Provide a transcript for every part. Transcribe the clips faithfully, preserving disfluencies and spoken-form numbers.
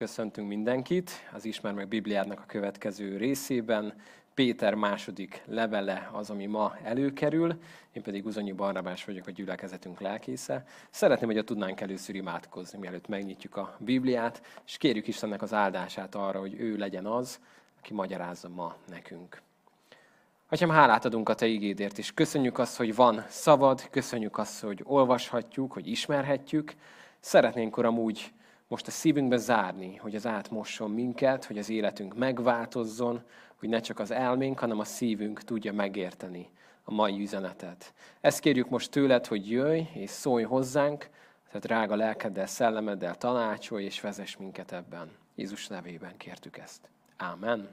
Köszöntünk mindenkit az Ismer meg Bibliádnak a következő részében. Péter második levele az, ami ma előkerül. Én pedig Uzonyi Barnabás vagyok, a gyülekezetünk lelkésze. Szeretném, hogyha tudnánk először imádkozni, mielőtt megnyitjuk a Bibliát, és kérjük Istennek az áldását arra, hogy ő legyen az, aki magyarázza ma nekünk. Atyám, hálát adunk a Te igédért, és köszönjük azt, hogy van szavad, köszönjük azt, hogy olvashatjuk, hogy ismerhetjük. Szeretnénk, Uram, úgy most a szívünkbe zárni, hogy az átmosson minket, hogy az életünk megváltozzon, hogy ne csak az elménk, hanem a szívünk tudja megérteni a mai üzenetet. Ezt kérjük most tőled, hogy jöjj és szólj hozzánk, tehát drága lelkeddel, szellemeddel tanácsolj és vezess minket ebben. Jézus nevében kértük ezt. Ámen.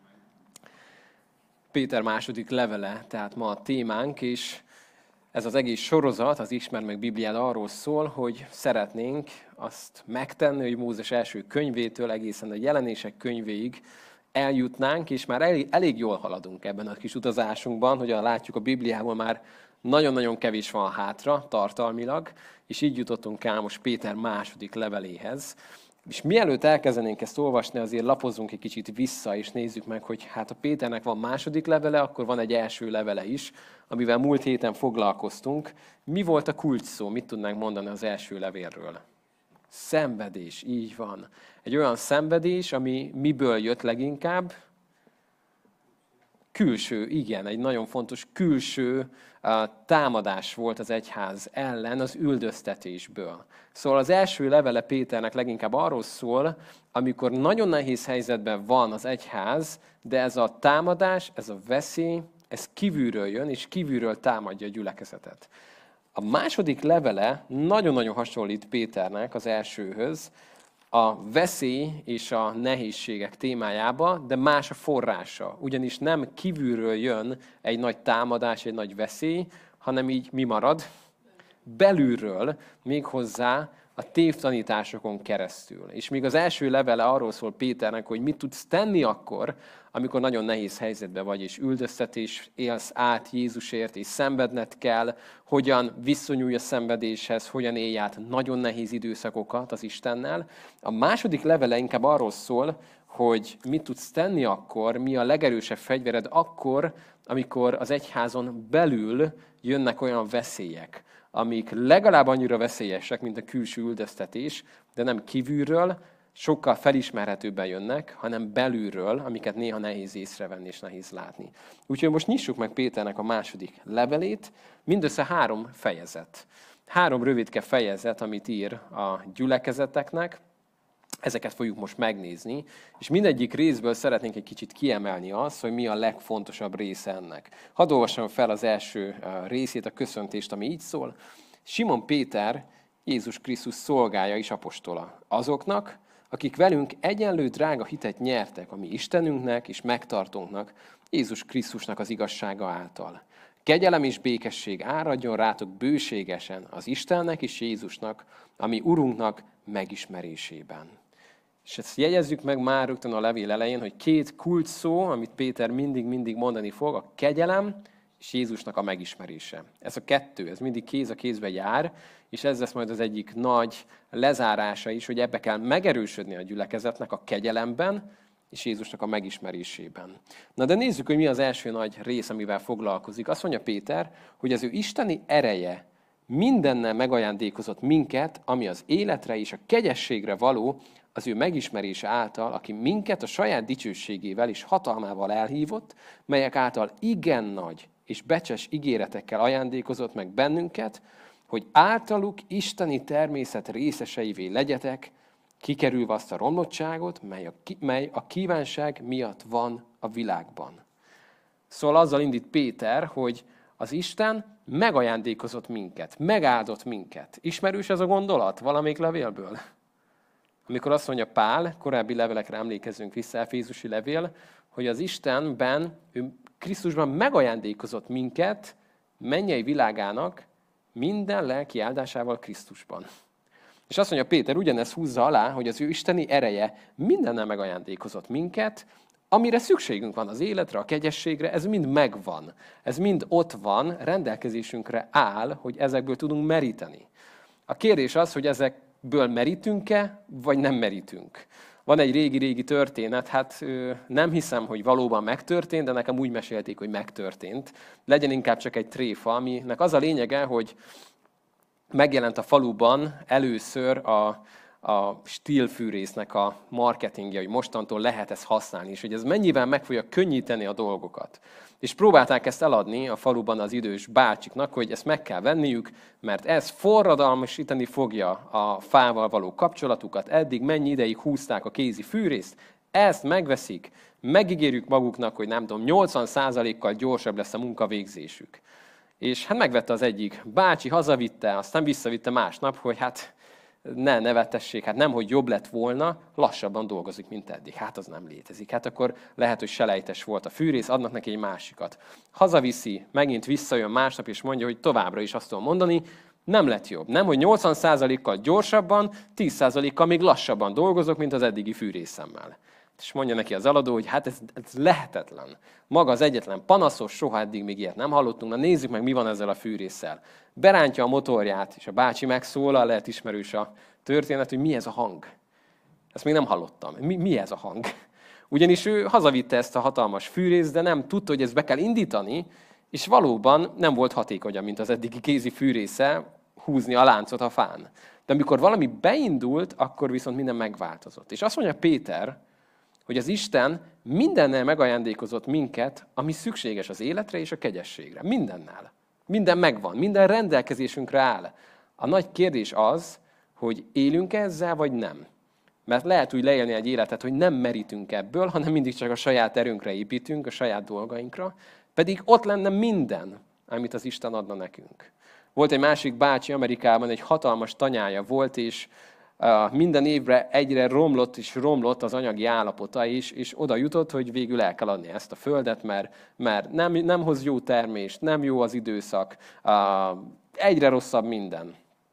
Péter második levele, tehát ma a témánk, és ez az egész sorozat, az Ismer meg Bibliád arról szól, hogy szeretnénk azt megtenni, hogy Mózes első könyvétől egészen a Jelenések könyvéig eljutnánk, és már elég, elég jól haladunk ebben a kis utazásunkban, hogy látjuk a Bibliából már nagyon-nagyon kevés van hátra tartalmilag, és így jutottunk el most Péter második leveléhez. És mielőtt elkezdenénk ezt olvasni, azért lapozzunk egy kicsit vissza, és nézzük meg, hogy hát a Péternek van második levele, akkor van egy első levele is, amivel múlt héten foglalkoztunk. Mi volt a kulcs szó? Mit tudnánk mondani az első levélről? Szenvedés, így van. Egy olyan szenvedés, ami miből jött leginkább? Külső, igen, egy nagyon fontos külső uh, támadás volt az egyház ellen az üldöztetésből. Szóval az első levele Péternek leginkább arról szól, amikor nagyon nehéz helyzetben van az egyház, de ez a támadás, ez a veszély, ez kívülről jön, és kívülről támadja a gyülekezetet. A második levele nagyon-nagyon hasonlít Péternek az elsőhöz, a veszély és a nehézségek témájába, de más a forrása. Ugyanis nem kívülről jön egy nagy támadás, egy nagy veszély, hanem így mi marad? Belülről, méghozzá a tévtanításokon keresztül. És míg az első levele arról szól Péternek, hogy mit tudsz tenni akkor, amikor nagyon nehéz helyzetben vagy, és üldöztetés élsz át Jézusért, és szenvedned kell, hogyan viszonyulj a szenvedéshez, hogyan élj át nagyon nehéz időszakokat az Istennel. A második levele inkább arról szól, hogy mit tudsz tenni akkor, mi a legerősebb fegyvered akkor, amikor az egyházon belül jönnek olyan veszélyek, amik legalább annyira veszélyesek, mint a külső üldöztetés, de nem kívülről, sokkal felismerhetőbben jönnek, hanem belülről, amiket néha nehéz észrevenni és nehéz látni. Úgyhogy most nyissuk meg Péternek a második levelét, mindössze három fejezet. Három rövidke fejezet, amit ír a gyülekezeteknek, ezeket fogjuk most megnézni, és mindegyik részből szeretnénk egy kicsit kiemelni azt, hogy mi a legfontosabb része ennek. Hadd olvassam fel az első részét, a köszöntést, ami így szól. Simon Péter, Jézus Krisztus szolgája és apostola azoknak, akik velünk egyenlő drága hitet nyertek a mi Istenünknek és megtartónknak, Jézus Krisztusnak az igazsága által. Kegyelem és békesség áradjon rátok bőségesen az Istennek és Jézusnak, ami Urunknak megismerésében. És ezt jegyezzük meg már rögtön a levél elején, hogy két kulcs szó, amit Péter mindig-mindig mondani fog, a kegyelem és Jézusnak a megismerése. Ez a kettő, ez mindig kéz a kézbe jár, és ez lesz majd az egyik nagy lezárása is, hogy ebbe kell megerősödni a gyülekezetnek a kegyelemben és Jézusnak a megismerésében. Na de nézzük, hogy mi az első nagy rész, amivel foglalkozik. Azt mondja Péter, hogy az ő isteni ereje mindennel megajándékozott minket, ami az életre és a kegyességre való, az ő megismerése által, aki minket a saját dicsőségével és hatalmával elhívott, melyek által igen nagy és becses ígéretekkel ajándékozott meg bennünket, hogy általuk isteni természet részeseivé legyetek, kikerülve azt a romlottságot, mely a, mely a kívánság miatt van a világban. Szóval azzal indít Péter, hogy az Isten megajándékozott minket, megáldott minket. Ismerős ez a gondolat valamelyik levélből? Amikor azt mondja Pál, korábbi levelekre emlékezzünk vissza, Efézusi levél, hogy az Istenben, ő Krisztusban megajándékozott minket mennyei világának minden lelki áldásával Krisztusban. És azt mondja Péter, ugyanezt húzza alá, hogy az ő isteni ereje mindennel megajándékozott minket, amire szükségünk van az életre, a kegyességre, ez mind megvan. Ez mind ott van, rendelkezésünkre áll, hogy ezekből tudunk meríteni. A kérdés az, hogy ezekből merítünk-e, vagy nem merítünk. Van egy régi-régi történet, hát nem hiszem, hogy valóban megtörtént, de nekem úgy mesélték, hogy megtörtént. Legyen inkább csak egy tréfa, aminek az a lényege, hogy megjelent a faluban először a, a stílfűrésznek a marketingje, hogy mostantól lehet ezt használni, és hogy ez mennyivel meg fogja könnyíteni a dolgokat. És próbálták ezt eladni a faluban az idős bácsiknak, hogy ezt meg kell venniük, mert ez forradalmasítani fogja a fával való kapcsolatukat. Eddig mennyi ideig húzták a kézi fűrészt, ezt megveszik, megígérjük maguknak, hogy nem tudom, nyolcvan százalékkal gyorsabb lesz a munkavégzésük. És hát megvette az egyik bácsi, hazavitte, aztán visszavitte másnap, hogy hát ne nevetessék, hát nem, hogy jobb lett volna, lassabban dolgozik, mint eddig. Hát az nem létezik. Hát akkor lehet, hogy selejtes volt a fűrész, adnak neki egy másikat. Hazaviszi, megint visszajön másnap, és mondja, hogy továbbra is azt tudom mondani, nem lett jobb. Nem, hogy nyolcvan százalékkal gyorsabban, tíz százalékkal még lassabban dolgozok, mint az eddigi fűrészemmel. És mondja neki az eladó, hogy hát ez, ez lehetetlen. Maga az egyetlen panaszos, soha eddig még ilyet nem hallottunk, na nézzük meg, mi van ezzel a fűrésszel. Berántja a motorját, és a bácsi megszólal, lehet ismerős a történet, hogy mi ez a hang. Ezt még nem hallottam. Mi, mi ez a hang? Ugyanis ő hazavitte ezt a hatalmas fűrészt, de nem tudta, hogy ezt be kell indítani, és valóban nem volt hatékonyabb, mint az eddigi kézi fűrésze húzni a láncot a fán. De amikor valami beindult, akkor viszont minden megváltozott. És azt mondja Péter, hogy az Isten mindennel megajándékozott minket, ami szükséges az életre és a kegyességre. Mindennel. Minden megvan, minden rendelkezésünkre áll. A nagy kérdés az, hogy élünk ezzel, vagy nem. Mert lehet úgy leélni egy életet, hogy nem merítünk ebből, hanem mindig csak a saját erőnkre építünk, a saját dolgainkra, pedig ott lenne minden, amit az Isten adna nekünk. Volt egy másik bácsi Amerikában, egy hatalmas tanyája volt, és Uh, minden évre egyre romlott és romlott az anyagi állapota is, és oda jutott, hogy végül el kell adni ezt a földet, mert, mert nem, nem hoz jó termést, nem jó az időszak, uh, egyre rosszabb minden.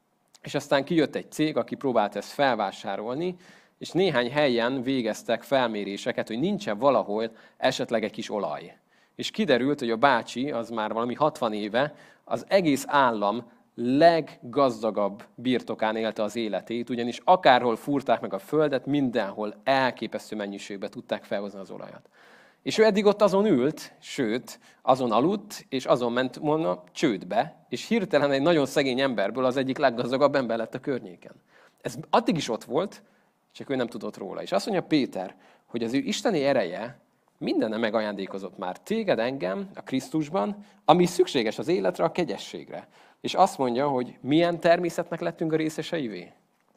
És aztán kijött egy cég, aki próbált ezt felvásárolni, és néhány helyen végeztek felméréseket, hogy nincsen valahol esetleg egy kis olaj. És kiderült, hogy a bácsi, az már valami hatvan éve, az egész állam leggazdagabb birtokán élte az életét, ugyanis akárhol fúrták meg a földet, mindenhol elképesztő mennyiségben tudták felhozni az olajat. És ő eddig ott azon ült, sőt, azon aludt, és azon ment volna csődbe, és hirtelen egy nagyon szegény emberből az egyik leggazdagabb ember lett a környéken. Ez addig is ott volt, csak ő nem tudott róla. És azt mondja Péter, hogy az ő isteni ereje mindenne megajándékozott már téged, engem, a Krisztusban, ami szükséges az életre, a kegyességre. És azt mondja, hogy milyen természetnek lettünk a részeseivé?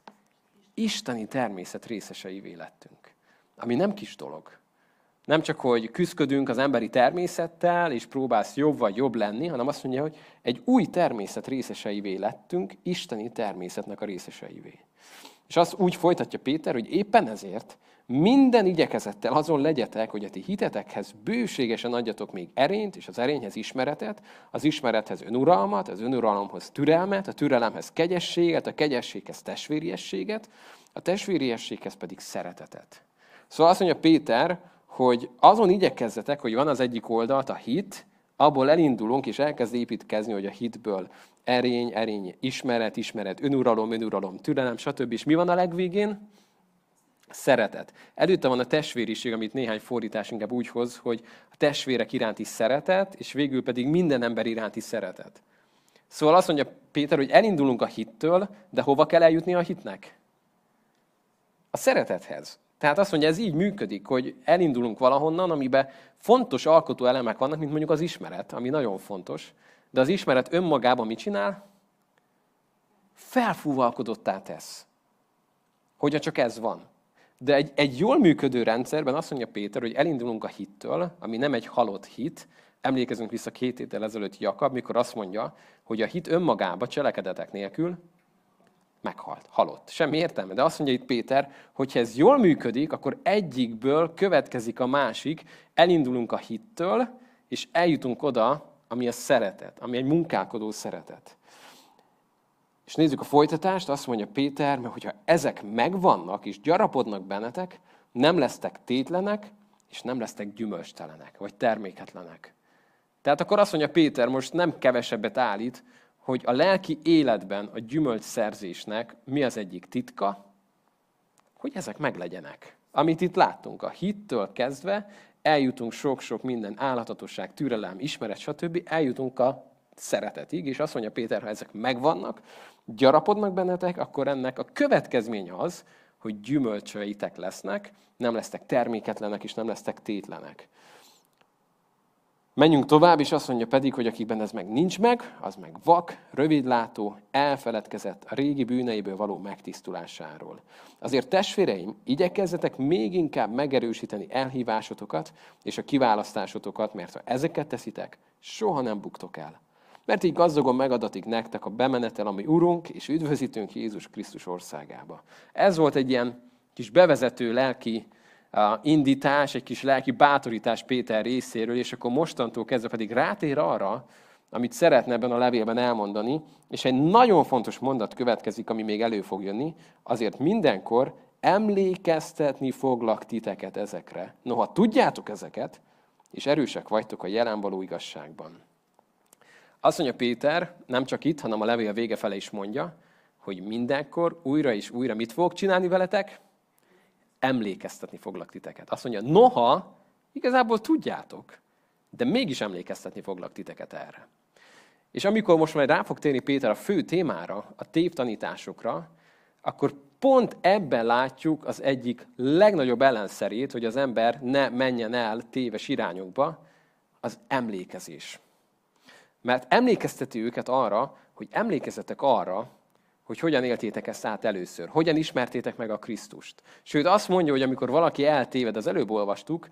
Isteni természet részeseivé lettünk. Ami nem kis dolog. Nem csak, hogy küszködünk az emberi természettel, és próbálsz jobb vagy jobb lenni, hanem azt mondja, hogy egy új természet részeseivé lettünk, isteni természetnek a részeseivé. És azt úgy folytatja Péter, hogy éppen ezért minden igyekezettel azon legyetek, hogy a ti hitetekhez bőségesen adjatok még erényt, és az erényhez ismeretet, az ismerethez önuralmat, az önuralomhoz türelmet, a türelemhez kegyességet, a kegyességhez testvériességet, a testvériességhez pedig szeretetet. Szóval azt mondja Péter, hogy azon igyekezzetek, hogy van az egyik oldalt a hit, abból elindulunk, és elkezd építkezni, hogy a hitből erény, erény, ismeret, ismeret, önuralom, önuralom, türelem, stb. És mi van a legvégén? Szeretet. Előtte van a testvériség, amit néhány fordítás inkább úgy hoz, hogy a testvérek iránti szeretet, és végül pedig minden ember iránti szeretet. Szóval azt mondja Péter, hogy elindulunk a hittől, de hova kell eljutni a hitnek? A szeretethez. Tehát azt mondja, ez így működik, hogy elindulunk valahonnan, amiben fontos alkotó elemek vannak, mint mondjuk az ismeret, ami nagyon fontos, de az ismeret önmagában mit csinál? Felfúvalkodottá tesz. Hogyha csak ez van. De egy, egy jól működő rendszerben azt mondja Péter, hogy elindulunk a hittől, ami nem egy halott hit. Emlékezünk vissza két héttel ezelőtt Jakab, mikor azt mondja, hogy a hit önmagában cselekedetek nélkül meghalt, halott. Semmi értelme. De azt mondja itt Péter, hogy ha ez jól működik, akkor egyikből következik a másik, elindulunk a hittől, és eljutunk oda, ami a szeretet, ami egy munkálkodó szeretet. És nézzük a folytatást, azt mondja Péter, mert hogyha ezek megvannak és gyarapodnak bennetek, nem lesztek tétlenek, és nem lesztek gyümölcstelenek, vagy terméketlenek. Tehát akkor azt mondja Péter, most nem kevesebbet állít, hogy a lelki életben a gyümölcsszerzésnek mi az egyik titka, hogy ezek meglegyenek. Amit itt láttunk, a hittől kezdve eljutunk sok-sok minden álhatatosság, türelem, ismeret, stb. Eljutunk a szeretetig, és azt mondja Péter, ha ezek megvannak, gyarapodnak bennetek, akkor ennek a következménye az, hogy gyümölcseitek lesznek, nem lesztek terméketlenek, és nem lesztek tétlenek. Menjünk tovább, és azt mondja pedig, hogy akikben ez meg nincs meg, az meg vak, rövidlátó, elfeledkezett a régi bűneiből való megtisztulásáról. Azért testvéreim, igyekezzetek még inkább megerősíteni elhívásotokat és a kiválasztásotokat, mert ha ezeket teszitek, soha nem buktok el. Mert így gazdagon megadatik nektek a bemenetel, ami Urunk és üdvözítőnk Jézus Krisztus országába. Ez volt egy ilyen kis bevezető lelki indítás, egy kis lelki bátorítás Péter részéről, és akkor mostantól kezdve pedig rátér arra, amit szeretne ebben a levélben elmondani, és egy nagyon fontos mondat következik, ami még elő fog jönni, azért mindenkor emlékeztetni foglak titeket ezekre. Noha tudjátok ezeket, és erősek vagytok a jelen való igazságban. Azt mondja Péter, nem csak itt, hanem a levél vége fele is mondja, hogy mindenkor újra és újra mit fogok csinálni veletek? Emlékeztetni foglak titeket. Azt mondja, noha, igazából tudjátok, de mégis emlékeztetni foglak titeket erre. És amikor most majd rá fog térni Péter a fő témára, a tévtanításokra, akkor pont ebben látjuk az egyik legnagyobb ellenszerét, hogy az ember ne menjen el téves irányokba, az emlékezés. Mert emlékezteti őket arra, hogy emlékezzetek arra, hogy hogyan éltétek ezt át először, hogyan ismertétek meg a Krisztust. Sőt, azt mondja, hogy amikor valaki eltéved, az előbb olvastuk,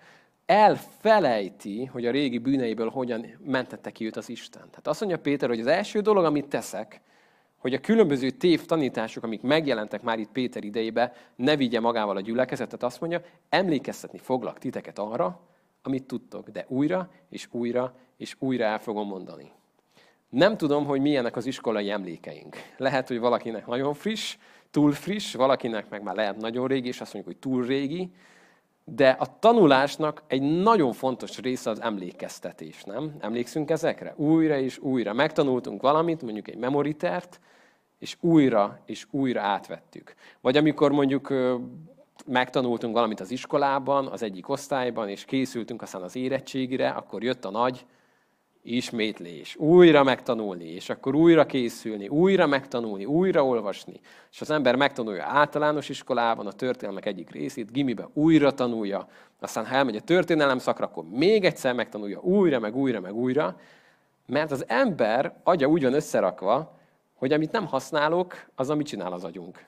elfelejti, hogy a régi bűneiből hogyan mentette ki őt az Isten. Tehát azt mondja Péter, hogy az első dolog, amit teszek, hogy a különböző tév tanítások, amik megjelentek már itt Péter idejébe, ne vigye magával a gyülekezetet, azt mondja, emlékeztetni foglak titeket arra, amit tudtok, de újra és újra és újra el fogom mondani. Nem tudom, hogy milyenek az iskolai emlékeink. Lehet, hogy valakinek nagyon friss, túl friss, valakinek meg már lehet nagyon régi, és azt mondjuk, hogy túl régi, de a tanulásnak egy nagyon fontos része az emlékeztetés, nem? Emlékszünk ezekre? Újra és újra. Megtanultunk valamit, mondjuk egy memoritert, és újra és újra átvettük. Vagy amikor mondjuk megtanultunk valamit az iskolában, az egyik osztályban, és készültünk aztán az érettségire, akkor jött a nagy ismétlés, újra megtanulni, és akkor újra készülni, újra megtanulni, újra olvasni. És az ember megtanulja általános iskolában a történelmek egyik részét, gimibe újra tanulja, aztán ha elmegy a történelem szakra, akkor még egyszer megtanulja újra, meg újra, meg újra, mert az ember agya úgy van összerakva, hogy amit nem használok, az amit csinál az agyunk.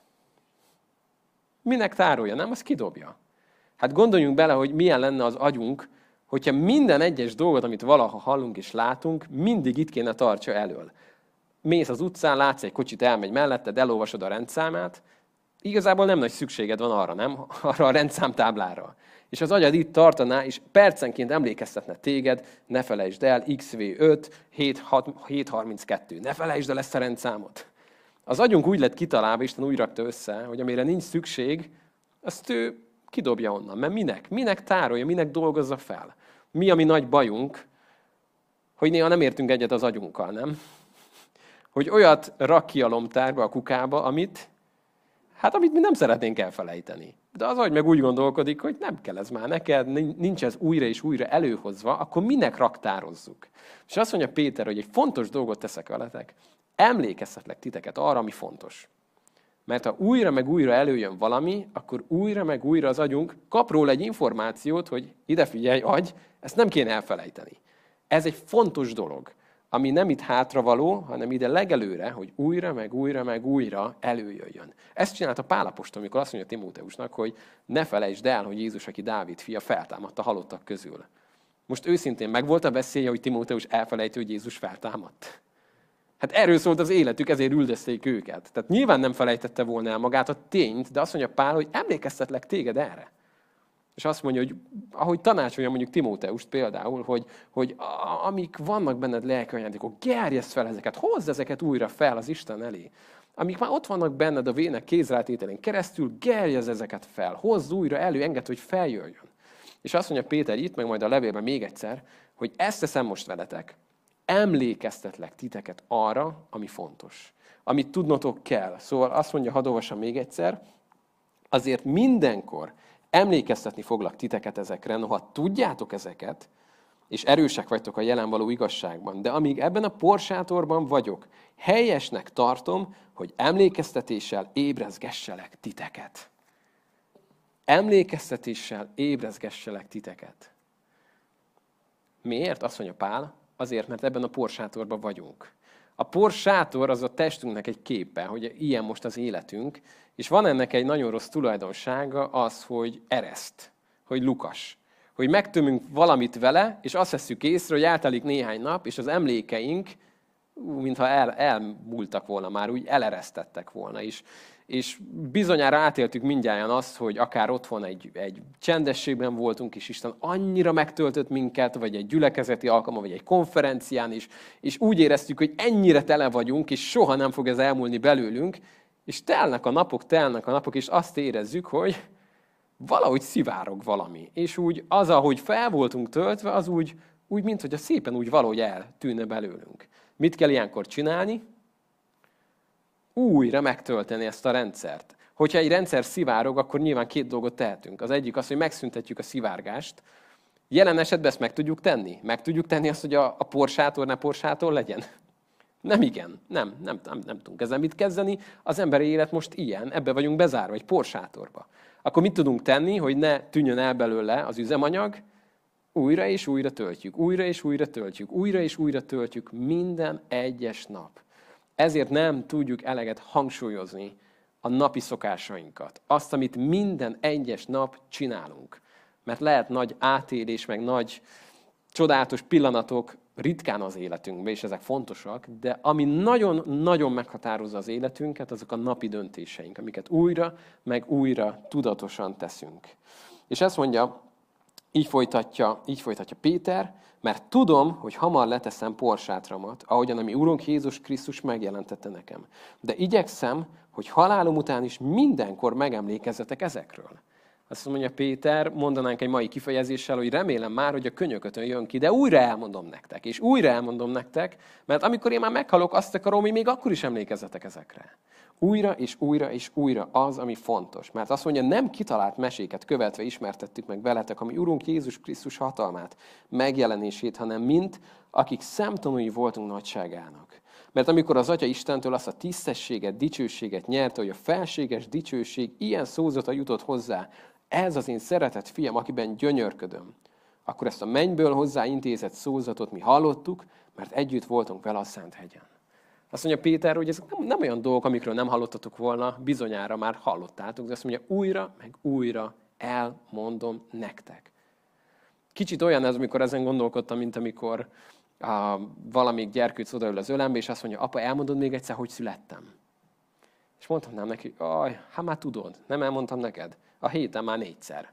Minek tárolja, nem? Az kidobja. Hát gondoljunk bele, hogy milyen lenne az agyunk, hogyha minden egyes dolgot, amit valaha hallunk és látunk, mindig itt kéne tartsa elől. Mész az utcán, látsz egy kocsit, elmegy melletted, elolvasod a rendszámát, igazából nem nagy szükséged van arra, nem? Arra a rendszámtáblára. És az agyad itt tartaná, és percenként emlékeztetne téged, ne felejtsd el, iksz vé öt, hét harminckettő, ne felejtsd el ezt a rendszámot. Az agyunk úgy lett kitalálva, Isten úgy rakta össze, hogy amire nincs szükség, azt ő kidobja onnan. Mert minek? Minek tárolja, minek dolgozza fel? Mi a mi nagy bajunk, hogy néha nem értünk egyet az agyunkkal, nem? Hogy olyat rak ki a lomtárba, a kukába, amit, hát amit mi nem szeretnénk elfelejteni. De az agy meg úgy gondolkodik, hogy nem kell ez már neked, nincs ez újra és újra előhozva, akkor minek raktározzuk? És azt mondja Péter, hogy egy fontos dolgot teszek veletek, emlékeztetlek titeket arra, ami fontos. Mert ha újra meg újra előjön valami, akkor újra meg újra az agyunk kap róla egy információt, hogy ide figyelj, agy, ezt nem kéne elfelejteni. Ez egy fontos dolog, ami nem itt hátravaló, hanem ide legelőre, hogy újra meg újra meg újra előjöjjön. Ezt csinálta Pál apostol, amikor azt mondja Timóteusnak, hogy ne felejtsd el, hogy Jézus, aki Dávid fia, feltámadt a halottak közül. Most őszintén megvolt a veszélye, hogy Timóteus elfelejtő, hogy Jézus feltámadt? Hát erről szólt az életük, ezért üldözték őket. Tehát nyilván nem felejtette volna el magát a tényt, de azt mondja Pál, hogy emlékeztetlek téged erre. És azt mondja, hogy ahogy tanácsolja mondjuk Timóteust például, hogy, hogy amik vannak benned lelki ajándékok, gerjeszd fel ezeket, hozd ezeket újra fel az Isten elé. Amik már ott vannak benned a vének kézrátételén keresztül, gerjezd ezeket fel, hozd újra elő, engedd, hogy feljöjjön. És azt mondja Péter itt, meg majd a levélben még egyszer, hogy ezt teszem most veletek. Emlékeztetlek titeket arra, ami fontos. Amit tudnotok kell. Szóval azt mondja, hadd olvassam még egyszer, azért mindenkor Emlékeztetni foglak titeket ezekre, noha tudjátok ezeket, és erősek vagytok a jelen való igazságban. De amíg ebben a porsátorban vagyok, helyesnek tartom, hogy emlékeztetéssel ébrezgesselek titeket. Emlékeztetéssel ébrezgesselek titeket. Miért? Azt mondja Pál, azért, mert ebben a porsátorban vagyunk. A porsátor az a testünknek egy képe, hogy ilyen most az életünk, és van ennek egy nagyon rossz tulajdonsága az, hogy ereszt, hogy lukas. Hogy megtömünk valamit vele, és azt vesszük észre, hogy eltelik néhány nap, és az emlékeink, ú, mintha el, elmúltak volna már, úgy eleresztettek volna is. És bizonyára átéltük mindjárt azt, hogy akár otthon egy, egy csendességben voltunk, és Isten annyira megtöltött minket, vagy egy gyülekezeti alkalma, vagy egy konferencián is, és úgy éreztük, hogy ennyire tele vagyunk, és soha nem fog ez elmúlni belőlünk, és telnek a napok, telnek a napok, és azt érezzük, hogy valahogy szivárog valami. És úgy az, ahogy fel voltunk töltve, az úgy, úgy mint hogy a szépen úgy valahogy eltűnne belőlünk. Mit kell ilyenkor csinálni? Újra megtölteni ezt a rendszert. Hogyha egy rendszer szivárog, akkor nyilván két dolgot tehetünk. Az egyik az, hogy megszüntetjük a szivárgást. Jelen esetben ezt meg tudjuk tenni. Meg tudjuk tenni azt, hogy a, a porsátor ne porsátor legyen? Nem igen. Nem, nem, nem, nem tudunk ezzel mit kezdeni. Az emberi élet most ilyen. Ebbe vagyunk bezárva, egy porsátorba. Akkor mit tudunk tenni, hogy ne tűnjön el belőle az üzemanyag? Újra és újra töltjük. Újra és újra töltjük. Újra és újra töltjük minden egyes nap. Ezért nem tudjuk eleget hangsúlyozni a napi szokásainkat. Azt, amit minden egyes nap csinálunk. Mert lehet nagy átélés, meg nagy csodálatos pillanatok ritkán az életünkben, és ezek fontosak, de ami nagyon-nagyon meghatározza az életünket, azok a napi döntéseink, amiket újra, meg újra tudatosan teszünk. És ezt mondja, így folytatja, így folytatja Péter, mert tudom, hogy hamar leteszem porsátramat, ahogyan a mi Urunk Jézus Krisztus megjelentette nekem. De igyekszem, hogy halálom után is mindenkor megemlékezzetek ezekről. Azt mondja Péter, mondanánk egy mai kifejezéssel, hogy remélem már, hogy a könyökötön jön ki, de újra elmondom nektek, és újra elmondom nektek, mert amikor én már meghalok, azt akarom, hogy még akkor is emlékezzetek ezekre. Újra és újra és újra az, ami fontos. Mert azt mondja, nem kitalált meséket követve ismertettük meg veletek, ami Urunk Jézus Krisztus hatalmát, megjelenését, hanem mint, akik szemtanúi voltunk nagyságának. Mert amikor az Atya Istentől azt a tisztességet, dicsőséget nyerte, hogy a felséges dicsőség ilyen szózata jutott hozzá, ez az én szeretett fiam, akiben gyönyörködöm, akkor ezt a mennyből hozzá intézett szózatot mi hallottuk, mert együtt voltunk vele a Szenthegyen. Azt mondja Péter, hogy ezek nem, nem olyan dolgok, amikről nem hallottatok volna, bizonyára már hallottátok, de azt mondja, újra, meg újra elmondom nektek. Kicsit olyan ez, amikor ezen gondolkodtam, mint amikor a, valamelyik gyerkőc odaül az ölembe, és azt mondja, apa, elmondod még egyszer, hogy születtem? És mondtam nem neki, aj, hát már tudod, nem elmondtam neked. A héten már négyszer.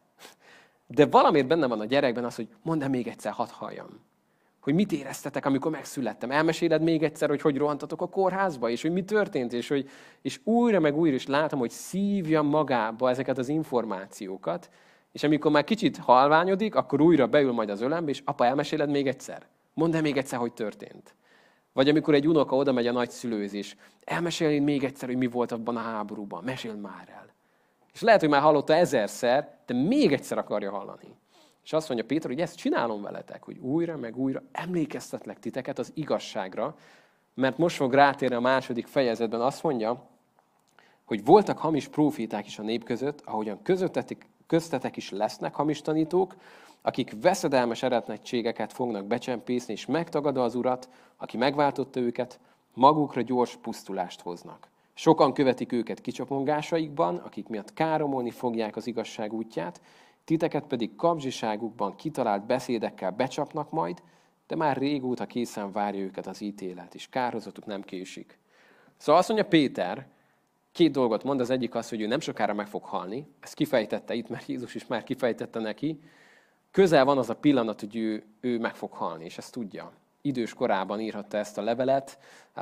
De valamiért benne van a gyerekben az, hogy mondd el még egyszer, hadd halljam. Hogy mit éreztetek, amikor megszülettem. Elmeséled még egyszer, hogy hogy rohantatok a kórházba, és hogy mi történt, és, hogy, és újra meg újra is látom, hogy szívja magába ezeket az információkat, és amikor már kicsit halványodik, akkor újra beül majd az ölembe, és apa, elmeséled még egyszer? Mondd el még egyszer, hogy történt. Vagy amikor egy unoka oda megy a nagyszülőzés, elmesélnéd még egyszer, hogy mi volt abban a háborúban, meséld már el. És lehet, hogy már hallotta ezerszer, de még egyszer akarja hallani. És azt mondja Péter, hogy ezt csinálom veletek, hogy újra meg újra emlékeztetlek titeket az igazságra, mert most fog rátérni a második fejezetben, azt mondja, hogy voltak hamis próféták is a nép között, ahogyan közöttetek, köztetek is lesznek hamis tanítók, akik veszedelmes eretnegységeket fognak becsempészni, és megtagadva az Urat, aki megváltotta őket, magukra gyors pusztulást hoznak. Sokan követik őket kicsapongásaikban, akik miatt káromolni fogják az igazság útját, titeket pedig kapzsiságukban kitalált beszédekkel becsapnak majd, de már régóta készen várja őket az ítélet, és kárhozatuk nem késik. Szóval azt mondja Péter, két dolgot mond, az egyik az, hogy ő nem sokára meg fog halni, ezt kifejtette itt, mert Jézus is már kifejtette neki, közel van az a pillanat, hogy ő, ő meg fog halni, és ezt tudja. Idős korában írhatta ezt a levelet,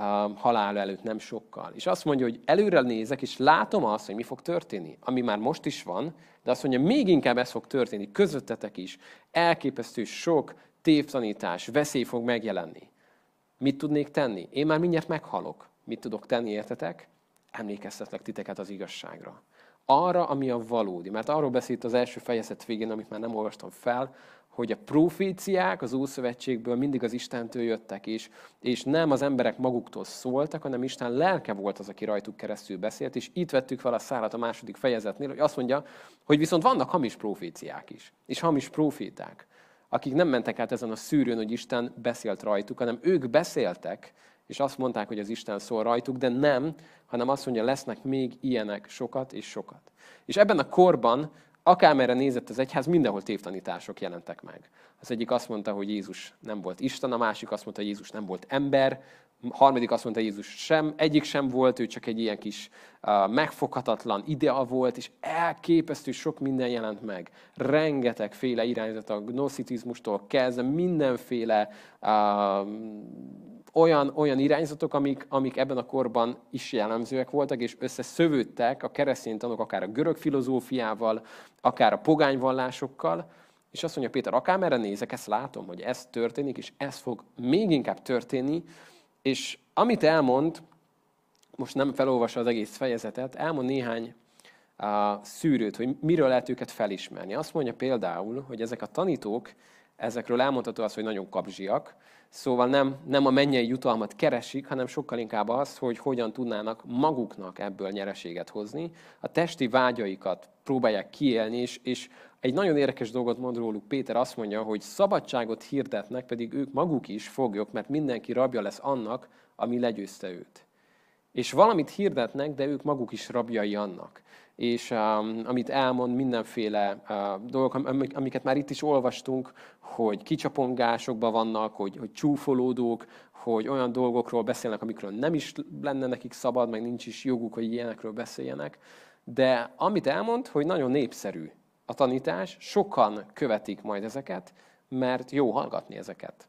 halál előtt nem sokkal. És azt mondja, hogy előre nézek, és látom azt, hogy mi fog történni, ami már most is van, de azt mondja, még inkább ez fog történni, közöttetek is. Elképesztő sok tévtanítás, veszély fog megjelenni. Mit tudnék tenni? Én már mindjárt meghalok. Mit tudok tenni, értetek? Emlékeztetlek titeket az igazságra. arra, ami a valódi. Mert arról beszélt az első fejezet végén, amit már nem olvastam fel, hogy a proféciák az Ószövetségből mindig az Istentől jöttek, és, és nem az emberek maguktól szóltak, hanem Isten lelke volt az, aki rajtuk keresztül beszélt, és itt vettük fel a szálat a második fejezetnél, hogy azt mondja, hogy viszont vannak hamis proféciák is, és hamis proféták, akik nem mentek át ezen a szűrőn, hogy Isten beszélt rajtuk, hanem ők beszéltek, és azt mondták, hogy az Isten szól rajtuk, de nem, hanem azt mondja, lesznek még ilyenek sokat és sokat. És ebben a korban, akármerre nézett az egyház, mindenhol tévtanítások jelentek meg. Az egyik azt mondta, hogy Jézus nem volt Isten, a másik azt mondta, hogy Jézus nem volt ember, a harmadik azt mondta, hogy Jézus sem, egyik sem volt, ő csak egy ilyen kis uh, megfoghatatlan idea volt, és elképesztő sok minden jelent meg. Rengetegféle irányzat, a gnoszicizmustól kezdve mindenféle uh, olyan, olyan irányzatok, amik, amik ebben a korban is jellemzőek voltak, és összeszövődtek a keresztény tanok, akár a görög filozófiával, akár a pogányvallásokkal, és azt mondja Péter, akármerre nézek, ezt látom, hogy ez történik, és ez fog még inkább történni, és amit elmond, most nem felolvassa az egész fejezetet, elmond néhány uh, szűrőt, hogy miről lehet őket felismerni. Azt mondja például, hogy ezek a tanítók, ezekről elmondható az, hogy nagyon kapzsiak, szóval nem, nem a mennyei jutalmat keresik, hanem sokkal inkább az, hogy hogyan tudnának maguknak ebből nyereséget hozni. A testi vágyaikat próbálják kiélni, és, és egy nagyon érdekes dolgot mond róluk Péter, azt mondja, hogy szabadságot hirdetnek, pedig ők maguk is foglyok, mert mindenki rabja lesz annak, ami legyőzte őt. És valamit hirdetnek, de ők maguk is rabjai annak. És um, amit elmond, mindenféle uh, dolgok, amiket már itt is olvastunk, hogy kicsapongásokban vannak, hogy, hogy csúfolódók, hogy olyan dolgokról beszélnek, amikről nem is lenne nekik szabad, meg nincs is joguk, hogy ilyenekről beszéljenek. De amit elmond, hogy nagyon népszerű a tanítás, sokan követik majd ezeket, mert jó hallgatni ezeket.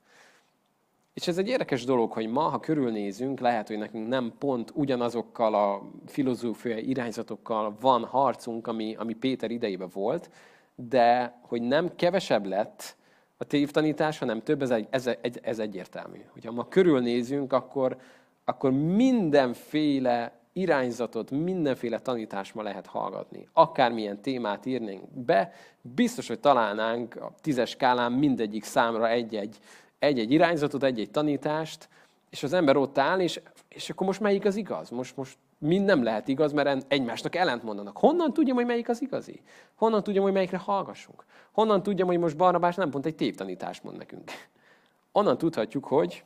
És ez egy érdekes dolog, hogy ma, ha körülnézünk, lehet, hogy nekünk nem pont ugyanazokkal a filozófiai irányzatokkal van harcunk, ami, ami Péter idejében volt, de hogy nem kevesebb lett a tévtanítás, hanem több, ez, egy, ez, egy, ez egyértelmű. Hogyha ma körülnézünk, akkor, akkor mindenféle irányzatot, mindenféle tanítást ma lehet hallgatni. Akármilyen témát írnénk be, biztos, hogy találnánk a tízes skálán mindegyik számra egy-egy egy-egy irányzatot, egy-egy tanítást, és az ember ott áll, és, és akkor most melyik az igaz? Most, most mind nem lehet igaz, mert egymásnak ellent mondanak. Honnan tudjam, hogy melyik az igazi? Honnan tudjam, hogy melyikre hallgassunk? Honnan tudjam, hogy most Barnabás nem pont egy tévtanítást mond nekünk? Onnan tudhatjuk, hogy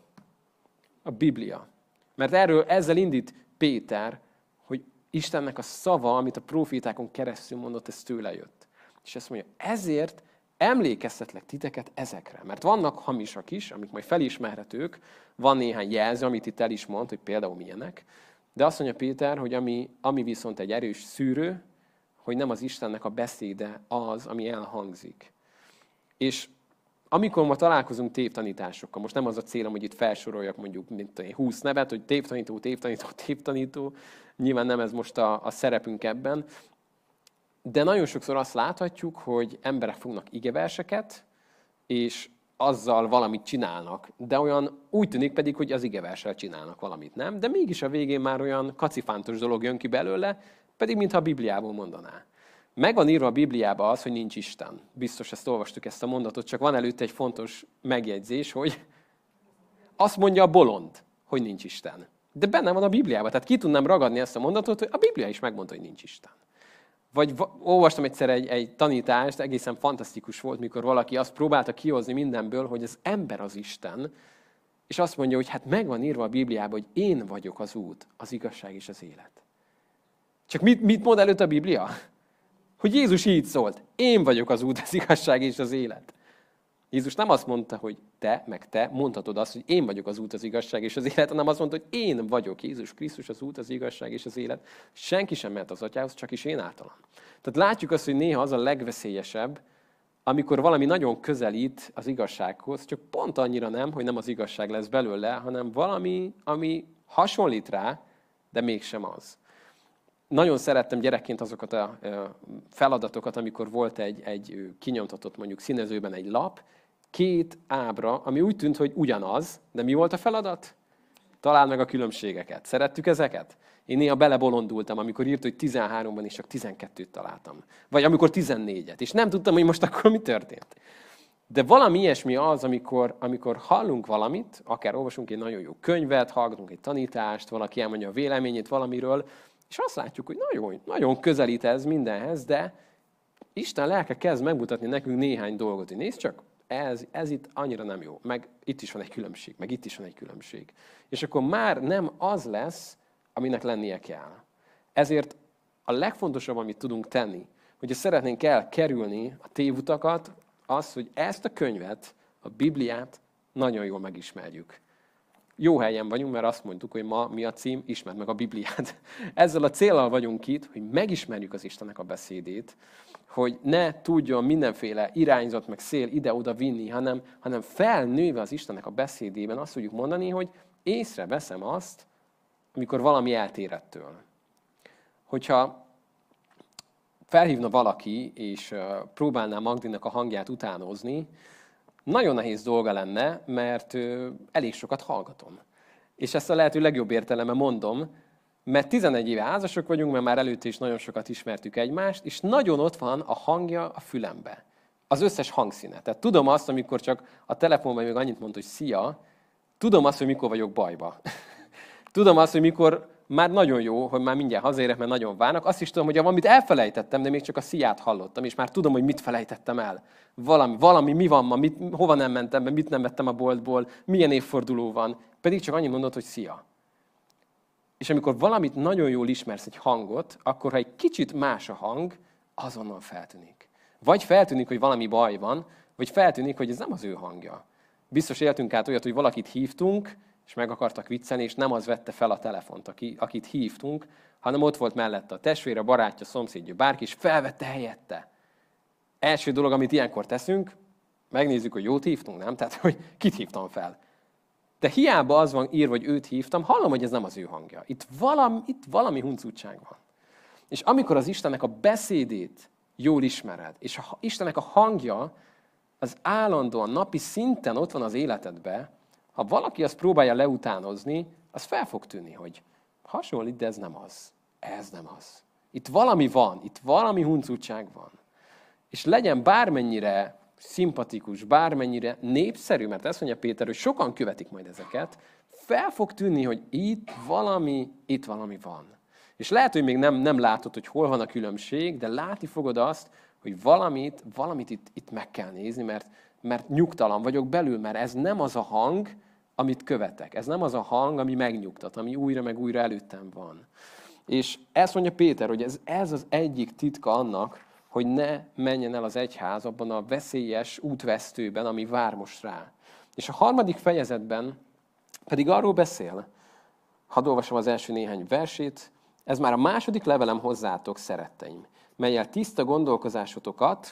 a Biblia. Mert erről ezzel indít Péter, hogy Istennek a szava, amit a profétákon keresztül mondott, ez tőle jött. És ezt mondja, ezért emlékeztetlek titeket ezekre, mert vannak hamisak is, amik majd felismerhetők, van néhány jelző, amit itt el is mond, hogy például milyenek, de azt mondja Péter, hogy ami, ami viszont egy erős szűrő, hogy nem az Istennek a beszéde az, ami elhangzik. És amikor ma találkozunk tévtanításokkal, most nem az a célom, hogy itt felsoroljak mondjuk mint húsz nevet, hogy tévtanító, tévtanító, tévtanító, nyilván nem ez most a, a szerepünk ebben, de nagyon sokszor azt láthatjuk, hogy emberek fognak igeverseket, és azzal valamit csinálnak, de olyan úgy tűnik pedig, hogy az igeverssel csinálnak valamit, nem? De mégis a végén már olyan kacifántos dolog jön ki belőle, pedig mintha a Bibliából mondaná. Meg van írva a Bibliába az, hogy nincs Isten. Biztos ezt olvastuk, ezt a mondatot, csak van előtte egy fontos megjegyzés, hogy azt mondja a bolond, hogy nincs Isten. De benne van a Bibliában, tehát ki tudnám ragadni ezt a mondatot, hogy a Biblia is megmondta, hogy nincs Isten. Vagy olvastam egyszer egy, egy tanítást, egészen fantasztikus volt, mikor valaki azt próbálta kihozni mindenből, hogy az ember az Isten, és azt mondja, hogy hát megvan írva a Bibliában, hogy én vagyok az út, az igazság és az élet. Csak mit, mit mond előtt a Biblia? Hogy Jézus így szólt, én vagyok az út, az igazság és az élet. Jézus nem azt mondta, hogy te, meg te mondhatod azt, hogy én vagyok az út, az igazság és az élet, hanem azt mondta, hogy én vagyok Jézus Krisztus, az út, az igazság és az élet. Senki sem mehet az atyához, csak is én általam. Tehát látjuk azt, hogy néha az a legveszélyesebb, amikor valami nagyon közelít az igazsághoz, csak pont annyira nem, hogy nem az igazság lesz belőle, hanem valami, ami hasonlít rá, de mégsem az. Nagyon szerettem gyerekként azokat a feladatokat, amikor volt egy, egy kinyomtatott mondjuk színezőben egy lap, két ábra, ami úgy tűnt, hogy ugyanaz, de mi volt a feladat? Találd meg a különbségeket. Szerettük ezeket? Én néha belebolondultam, amikor írt, hogy tizenháromban is csak tizenkettőt találtam. Vagy amikor tizennégyet. És nem tudtam, hogy most akkor mi történt. De valami ilyesmi az, amikor, amikor hallunk valamit, akár olvasunk egy nagyon jó könyvet, hallgatunk egy tanítást, valaki elmondja a véleményét valamiről, és azt látjuk, hogy nagyon, nagyon közelít ez mindenhez, de Isten lelke kezd megmutatni nekünk néhány dolgot. Nézd csak, ez, ez itt annyira nem jó, meg itt is van egy különbség, meg itt is van egy különbség. És akkor már nem az lesz, aminek lennie kell. Ezért a legfontosabb, amit tudunk tenni, hogyha szeretnénk elkerülni a tévutakat, az, hogy ezt a könyvet, a Bibliát nagyon jól megismerjük. Jó helyen vagyunk, mert azt mondtuk, hogy ma mi a cím, ismerd meg a Bibliát. Ezzel a céllal vagyunk itt, hogy megismerjük az Istennek a beszédét, hogy ne tudjon mindenféle irányzat, meg szél ide-oda vinni, hanem, hanem felnőve az Istennek a beszédében azt tudjuk mondani, hogy észreveszem azt, amikor valami eltér ettől. Hogyha felhívna valaki, és próbálná Magdinak a hangját utánozni, nagyon nehéz dolga lenne, mert elég sokat hallgatom. És ezt a lehető legjobb értelemben mondom, mert tizenegy éve házasok vagyunk, mert már előtte is nagyon sokat ismertük egymást, és nagyon ott van a hangja a fülembe. Az összes hangszíne. Tehát tudom azt, amikor csak a telefonban még annyit mond, hogy szia, tudom azt, hogy mikor vagyok bajba. Tudom azt, hogy mikor már nagyon jó, hogy már mindjárt hazaérek, mert nagyon várnak. Azt is tudom, hogy valamit elfelejtettem, de még csak a sziát hallottam, és már tudom, hogy mit felejtettem el. Valami, valami mi van ma, mit, hova nem mentem be, mit nem vettem a boltból, milyen évforduló van. Pedig csak annyit mondod, hogy szia. És amikor valamit nagyon jól ismersz, egy hangot, akkor ha egy kicsit más a hang, azonnal feltűnik. Vagy feltűnik, hogy valami baj van, vagy feltűnik, hogy ez nem az ő hangja. Biztos éltünk át olyat, hogy valakit hívtunk, és meg akartak viccelni, és nem az vette fel a telefont, aki, akit hívtunk, hanem ott volt mellette a testvére, a barátja, a szomszédja, bárki, és felvette helyette. Első dolog, amit ilyenkor teszünk, megnézzük, hogy jót hívtunk, nem? Tehát, hogy kit hívtam fel. De hiába az van írva, hogy őt hívtam, hallom, hogy ez nem az ő hangja. Itt valami, itt valami huncutság van. És amikor az Istennek a beszédét jól ismered, és a Istennek a hangja az állandóan, napi szinten ott van az életedben, ha valaki azt próbálja leutánozni, az fel fog tűnni, hogy hasonlít, de ez nem az. Ez nem az. Itt valami van, itt valami huncutság van. És legyen bármennyire szimpatikus, bármennyire népszerű, mert ezt mondja Péter, hogy sokan követik majd ezeket, fel fog tűnni, hogy itt valami, itt valami van. És lehet, hogy még nem, nem látod, hogy hol van a különbség, de látni fogod azt, hogy valamit, valamit itt, itt meg kell nézni, mert, mert nyugtalan vagyok belül, mert ez nem az a hang, amit követek. Ez nem az a hang, ami megnyugtat, ami újra meg újra előttem van. És ezt mondja Péter, hogy ez, ez az egyik titka annak, hogy ne menjen el az egyház abban a veszélyes útvesztőben, ami vár most rá. És a harmadik fejezetben pedig arról beszél, hadd olvasom az első néhány versét, ez már a második levelem hozzátok, szeretteim, mellyel tiszta gondolkozásotokat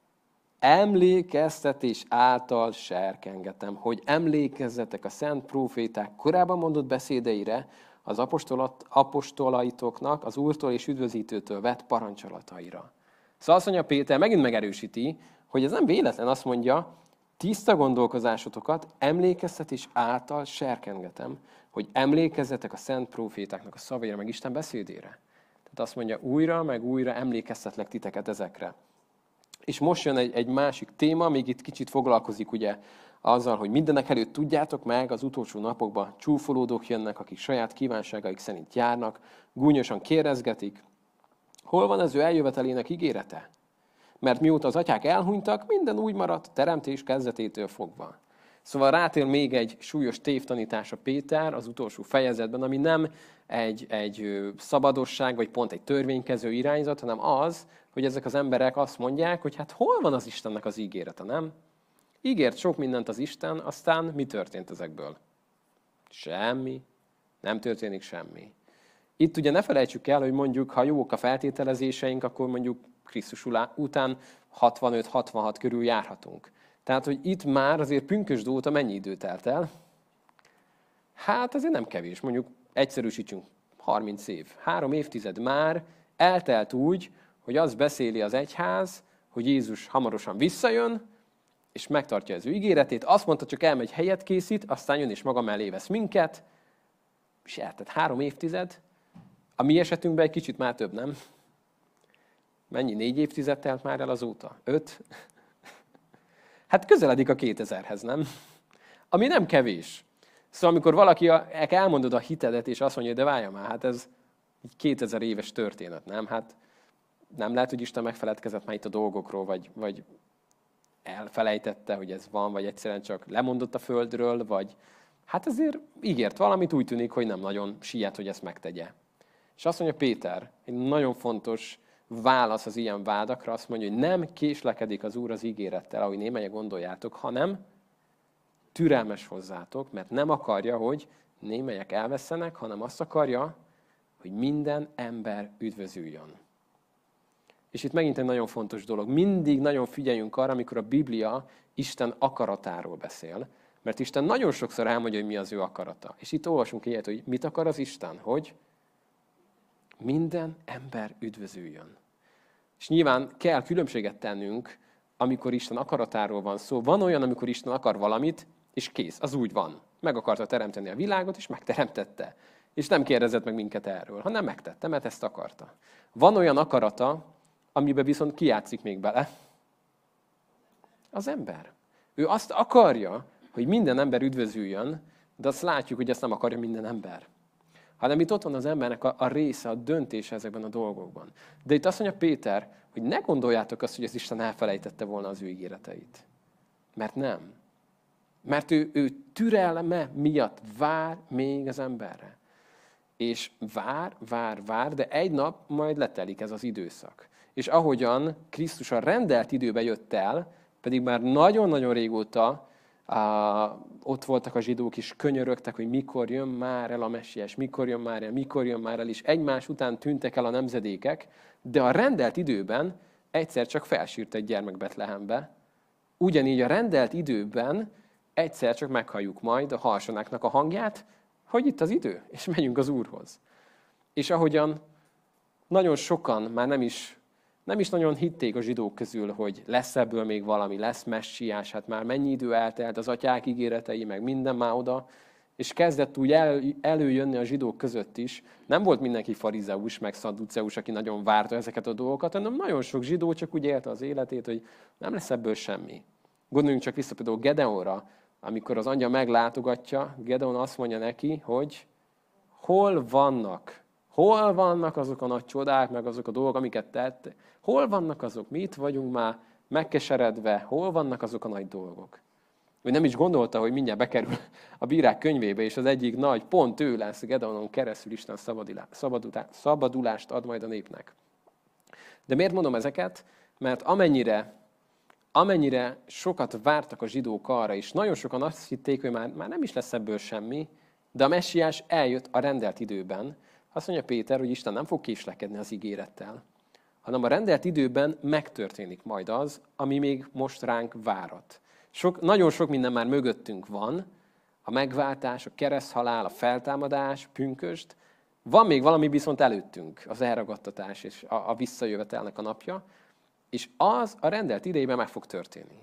emlékeztetés által serkengetem, hogy emlékezzetek a szent próféták korábban mondott beszédeire, az apostolaitoknak, az Úrtól és üdvözítőtől vett parancsolataira. Szóval azt mondja Péter, megint megerősíti, hogy ez nem véletlen, azt mondja, tiszta gondolkozásotokat emlékeztetés által serkengetem, hogy emlékezzetek a szent prófétáknak a szavaira, meg Isten beszédére. Tehát azt mondja, újra, meg újra emlékeztetlek titeket ezekre. És most jön egy, egy másik téma, még itt kicsit foglalkozik ugye azzal, hogy mindenek előtt tudjátok meg, az utolsó napokban csúfolódók jönnek, akik saját kívánságaik szerint járnak, gúnyosan kérdezgetik, hol van az ő eljövetelének ígérete? Mert mióta az atyák elhunytak, minden úgy maradt teremtés kezdetétől fogva. Szóval rátér még egy súlyos tévtanítása Péter az utolsó fejezetben, ami nem egy, egy szabadosság, vagy pont egy törvénykező irányzat, hanem az, hogy ezek az emberek azt mondják, hogy hát hol van az Istennek az ígérete, nem? Ígért sok mindent az Isten, aztán mi történt ezekből? Semmi. Nem történik semmi. Itt ugye ne felejtsük el, hogy mondjuk, ha jók a feltételezéseink, akkor mondjuk Krisztus után hatvanöt-hatvanhat körül járhatunk. Tehát, hogy itt már azért pünkösd óta mennyi idő telt el? Hát azért nem kevés, mondjuk egyszerűsítsünk, harminc év. Három évtized már eltelt úgy, hogy azt beszéli az egyház, hogy Jézus hamarosan visszajön, és megtartja az ő ígéretét. Azt mondta, csak elmegy helyet készít, aztán jön és maga mellé vesz minket, És érted, három évtized, a mi esetünkben egy kicsit már több, nem? Mennyi? Négy évtized telt már el azóta? Öt? Hát közeledik a kétezerhez, nem? Ami nem kevés. Szóval amikor valaki elmondod a hitedet, és azt mondja, de várja már, hát ez egy kétezer éves történet, nem? Hát nem lehet, hogy Isten megfeledkezett már itt a dolgokról, vagy, vagy elfelejtette, hogy ez van, vagy egyszerűen csak lemondott a földről, vagy hát ezért ígért valamit, úgy tűnik, hogy nem nagyon siet, hogy ezt megtegye. És azt mondja Péter, egy nagyon fontos válasz az ilyen vádakra, azt mondja, hogy nem késlekedik az Úr az ígérettel, ahogy némelyen gondoljátok, hanem türelmes hozzátok, mert nem akarja, hogy némelyek elvesszenek, hanem azt akarja, hogy minden ember üdvözüljön. És itt megint egy nagyon fontos dolog. Mindig nagyon figyeljünk arra, amikor a Biblia Isten akaratáról beszél, mert Isten nagyon sokszor elmondja, hogy mi az ő akarata. És itt olvasunk ilyet, hogy mit akar az Isten? Hogy minden ember üdvözüljön. És nyilván kell különbséget tennünk, amikor Isten akaratáról van szó. Van olyan, amikor Isten akar valamit, és kész, az úgy van. Meg akarta teremteni a világot, és megteremtette. És nem kérdezett meg minket erről, hanem megtette, mert ezt akarta. Van olyan akarata, amiben viszont ki játszik még bele? Az ember. Ő azt akarja, hogy minden ember üdvözüljön, de azt látjuk, hogy ezt nem akarja minden ember. Hanem itt ott van az embernek a, a része, a döntése ezekben a dolgokban. De itt azt mondja Péter, hogy ne gondoljátok azt, hogy az Isten elfelejtette volna az ő ígéreteit. Mert nem. Mert ő, ő türelme miatt vár még az emberre. És vár, vár, vár, de egy nap majd letelik ez az időszak. És ahogyan Krisztus a rendelt időbe jött el, pedig már nagyon-nagyon régóta Uh, ott voltak a zsidók is, könyörögtek, hogy mikor jön már el a Messiás, mikor jön már el, mikor jön már el, és egymás után tűntek el a nemzedékek, de a rendelt időben egyszer csak felsírt egy gyermek Betlehembe. Ugyanígy a rendelt időben egyszer csak meghalljuk majd a harsonáknak a hangját, hogy itt az idő, és megyünk az Úrhoz. És ahogyan nagyon sokan már nem is Nem is nagyon hitték a zsidók közül, hogy lesz ebből még valami, lesz messiás, hát már mennyi idő eltelt, az atyák ígéretei, meg minden már oda, és kezdett úgy el, előjönni a zsidók között is. Nem volt mindenki farizeus, meg szadduceus, aki nagyon várta ezeket a dolgokat, hanem nagyon sok zsidó csak úgy élte az életét, hogy nem lesz ebből semmi. Gondoljunk csak vissza például Gedeonra, amikor az angyal meglátogatja, Gedeon azt mondja neki, hogy hol vannak Hol vannak azok a nagy csodák, meg azok a dolgok, amiket tett? Hol vannak azok? Mi itt vagyunk már megkeseredve? Hol vannak azok a nagy dolgok? Ő nem is gondolta, hogy mindjárt bekerül a bírák könyvébe, és az egyik nagy pont ő lesz, Gedeonon keresztül Isten szabadulást ad majd a népnek. De miért mondom ezeket? Mert amennyire, amennyire sokat vártak a zsidók arra, és nagyon sokan azt hitték, hogy már, már nem is lesz ebből semmi, de a messiás eljött a rendelt időben. Azt mondja Péter, hogy Isten nem fog késlekedni az ígérettel, hanem a rendelt időben megtörténik majd az, ami még most ránk várat. Sok, nagyon sok minden már mögöttünk van, a megváltás, a kereszthalál, a feltámadás, pünkösd. Van még valami viszont előttünk, az elragadtatás és a, a visszajövetelnek a napja, és az a rendelt idejében meg fog történni.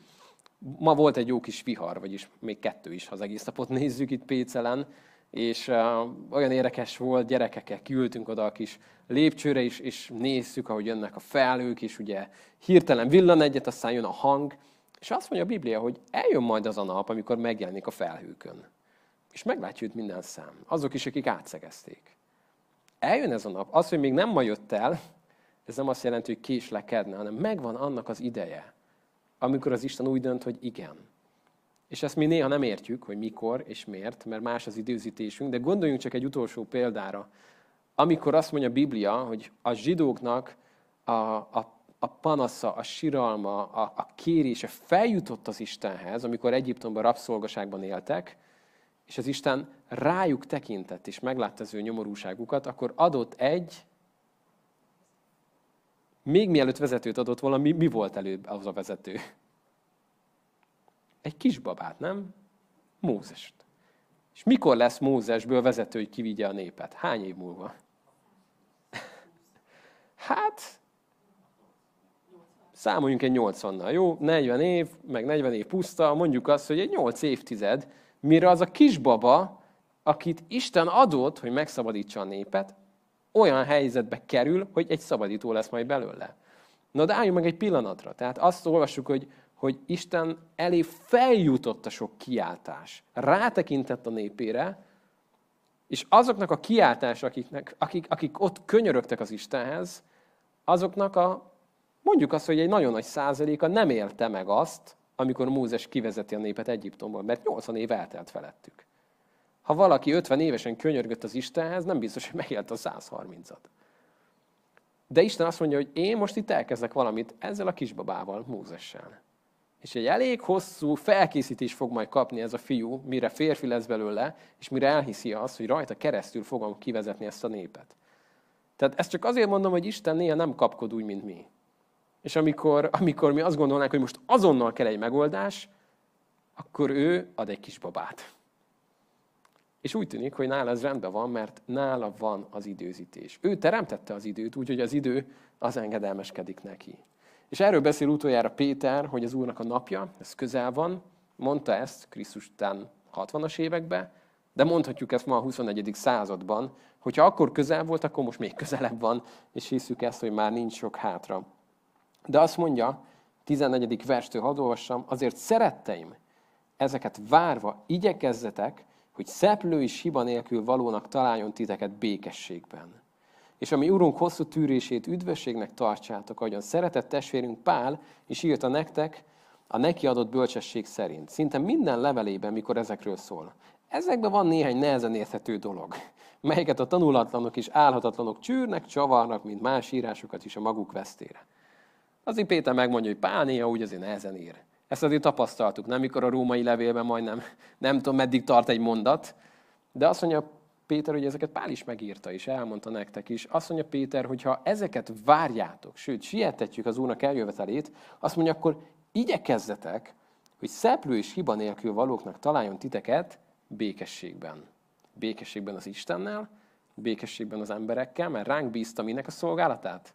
Ma volt egy jó kis vihar, vagyis még kettő is, ha az egész napot nézzük itt Pécelen, és uh, olyan érdekes volt, gyerekekkel kiültünk oda a kis lépcsőre is, és nézzük, ahogy jönnek a felhők, és ugye hirtelen villan egyet, aztán jön a hang, és azt mondja a Biblia, hogy eljön majd az a nap, amikor megjelenik a felhőkön. És meglátja őt minden szám. Azok is, akik átszegezték. Eljön ez a nap. Az, hogy még nem ma jött el, ez nem azt jelenti, hogy késlekedne, hanem megvan annak az ideje, amikor az Isten úgy dönt, hogy igen. És ezt mi néha nem értjük, hogy mikor és miért, mert más az időzítésünk, de gondoljunk csak egy utolsó példára. Amikor azt mondja a Biblia, hogy a zsidóknak a, a, a panasza, a siralma, a, a kérése feljutott az Istenhez, amikor Egyiptomban rabszolgaságban éltek, és az Isten rájuk tekintett, és meglátta az ő nyomorúságukat, akkor adott egy, még mielőtt vezetőt adott volna, mi, mi volt előbb az a vezető? Egy kisbabát, nem? Mózest. És mikor lesz Mózesből vezető, hogy kivigye a népet? Hány év múlva? Hát, számoljunk egy nyolcvannal, jó? negyven év, meg negyven év puszta, mondjuk azt, hogy egy nyolc évtized, mire az a kisbaba akit Isten adott, hogy megszabadítsa a népet, olyan helyzetbe kerül, hogy egy szabadító lesz majd belőle. Na de álljunk meg egy pillanatra. Tehát azt olvassuk, hogy, hogy Isten elé feljutott a sok kiáltás. Rátekintett a népére, és azoknak a kiáltás, akiknek, akik, akik ott könyörögtek az Istenhez, azoknak a, mondjuk azt, hogy egy nagyon nagy százaléka nem élte meg azt, amikor Mózes kivezeti a népet Egyiptomból, mert nyolcvan év eltelt felettük. Ha valaki ötven évesen könyörgött az Istenhez, nem biztos, hogy megélt a száz harmincat. De Isten azt mondja, hogy én most itt elkezdek valamit ezzel a kisbabával, Mózessel. És egy elég hosszú felkészítés fog majd kapni ez a fiú, mire férfi lesz belőle, és mire elhiszi azt, hogy rajta keresztül fogom kivezetni ezt a népet. Tehát ezt csak azért mondom, hogy Isten néha nem kapkod úgy, mint mi. És amikor, amikor mi azt gondolnánk, hogy most azonnal kell egy megoldás, akkor ő ad egy kisbabát. És úgy tűnik, hogy nála ez rendben van, mert nála van az időzítés. Ő teremtette az időt, úgyhogy az idő az engedelmeskedik neki. És erről beszél utoljára Péter, hogy az Úrnak a napja, ez közel van. Mondta ezt Krisztus után hatvanas években, de mondhatjuk ezt ma a huszonegyedik században, hogyha akkor közel volt, akkor most még közelebb van, és hiszük ezt, hogy már nincs sok hátra. De azt mondja, tizennegyedik verstől hadd olvassam, azért szeretteim, ezeket várva igyekezzetek, hogy szeplő és hiba nélkül valónak találjon titeket békességben. És ami Urunk hosszú tűrését üdvösségnek tartsátok, ahogyan szeretett testvérünk Pál is írta nektek a neki adott bölcsesség szerint. Szinte minden levelében, mikor ezekről szól. Ezekben van néhány nehezen érthető dolog, melyeket a tanulatlanok és álhatatlanok csűrnek, csavarnak, mint más írásokat is a maguk vesztére. Azért Péter megmondja, hogy Pál néha úgy azért nehezen ír. Ezt azért tapasztaltuk, nem? Mikor a római levélben majdnem nem tudom, meddig tart egy mondat, de azt mondja Péter, hogy ezeket Pál is megírta, és elmondta nektek is. Azt mondja Péter, hogy ha ezeket várjátok, sőt, sietetjük az Úrnak eljövetelét, azt mondja, akkor igyekezzetek, hogy szeplő és hiba nélkül valóknak találjon titeket békességben. Békességben az Istennel, békességben az emberekkel, mert ránk bízta minek a szolgálatát?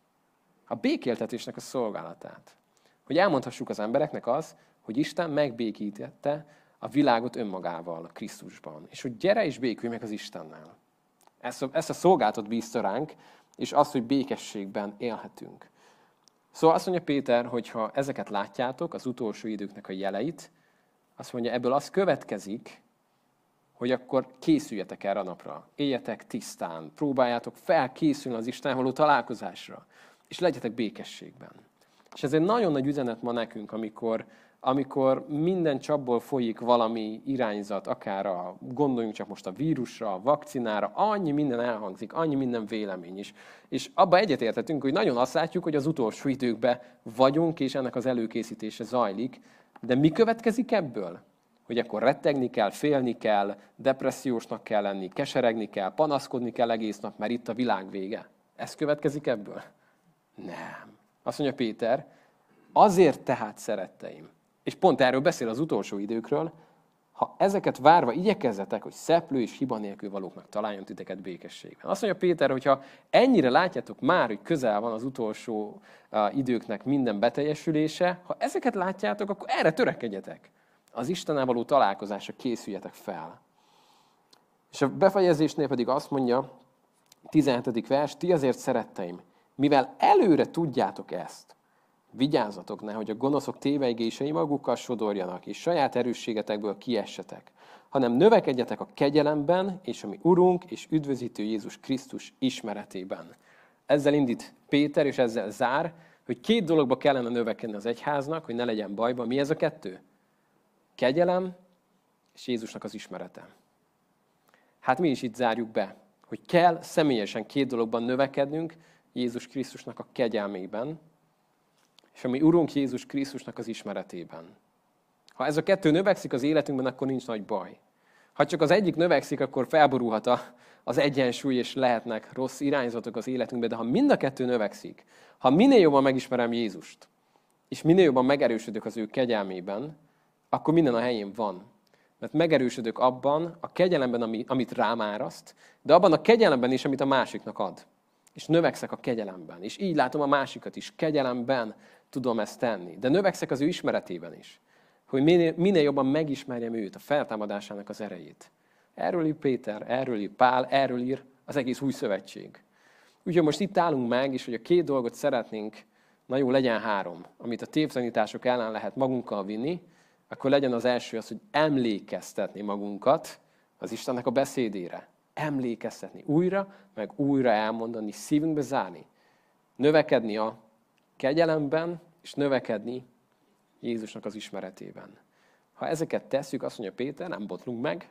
A békéltetésnek a szolgálatát. Hogy elmondhassuk az embereknek az, hogy Isten megbékítette a világot önmagával, a Krisztusban. És hogy gyere és békülj meg az Istennel. Ezt a, ezt a szolgálatot bízta ránk, és azt, hogy békességben élhetünk. Szóval azt mondja Péter, hogy ha ezeket látjátok, az utolsó időknek a jeleit, azt mondja, ebből az következik, hogy akkor készüljetek erre a napra. Éljetek tisztán, próbáljátok felkészülni az Istennel való találkozásra, és legyetek békességben. És ez egy nagyon nagy üzenet ma nekünk, amikor, amikor minden csapból folyik valami irányzat, akár a, gondoljunk csak most a vírusra, a vakcinára, annyi minden elhangzik, annyi minden vélemény is. És abba egyetértetünk, hogy nagyon azt látjuk, hogy az utolsó időkben vagyunk, és ennek az előkészítése zajlik. De mi következik ebből? Hogy akkor rettegni kell, félni kell, depressziósnak kell lenni, keseregni kell, panaszkodni kell egész nap, mert itt a világ vége. Ez következik ebből? Nem. Azt mondja Péter, azért tehát szeretteim, és pont erről beszél az utolsó időkről, ha ezeket várva igyekezzetek, hogy szeplő és hiba nélkül valóknak találjon titeket békességben. Azt mondja Péter, hogyha ennyire látjátok már, hogy közel van az utolsó uh, időknek minden beteljesülése, ha ezeket látjátok, akkor erre törekedjetek. Az Istennel való találkozásra készüljetek fel. És a befejezésnél pedig azt mondja, tizenhetedik vers, ti azért szeretteim, mivel előre tudjátok ezt, vigyázzatok, nehogy a gonoszok tévejgései magukkal sodorjanak, és saját erősségetekből kiessetek, hanem növekedjetek a kegyelemben, és a mi Urunk és üdvözítő Jézus Krisztus ismeretében. Ezzel indít Péter, és ezzel zár, hogy két dologba kellene növekedni az egyháznak, hogy ne legyen bajba. Mi ez a kettő? Kegyelem és Jézusnak az ismerete. Hát mi is itt zárjuk be, hogy kell személyesen két dologban növekednünk, Jézus Krisztusnak a kegyelmében, és a mi Urunk Jézus Krisztusnak az ismeretében. Ha ez a kettő növekszik az életünkben, akkor nincs nagy baj. Ha csak az egyik növekszik, akkor felborulhat a, az egyensúly, és lehetnek rossz irányzatok az életünkben, de ha mind a kettő növekszik, ha minél jobban megismerem Jézust, és minél jobban megerősödök az ő kegyelmében, akkor minden a helyén van. Mert megerősödök abban a kegyelemben, amit rám áraszt, de abban a kegyelemben is, amit a másiknak ad. És növekszek a kegyelemben. És így látom a másikat is. Kegyelemben tudom ezt tenni. De növekszek az ő ismeretében is. Hogy minél, minél jobban megismerjem őt, a feltámadásának az erejét. Erről ír Péter, erről ír Pál, erről ír az egész új szövetség. Úgyhogy most itt állunk meg, és hogy a két dolgot szeretnénk, na jó, legyen három, amit a tévtanítások ellen lehet magunkkal vinni, akkor legyen az első az, hogy emlékeztetni magunkat az Istennek a beszédére. Emlékeztetni újra, meg újra elmondani, szívünkbe zárni. Növekedni a kegyelemben, és növekedni Jézusnak az ismeretében. Ha ezeket tesszük, azt mondja Péter, nem botlunk meg,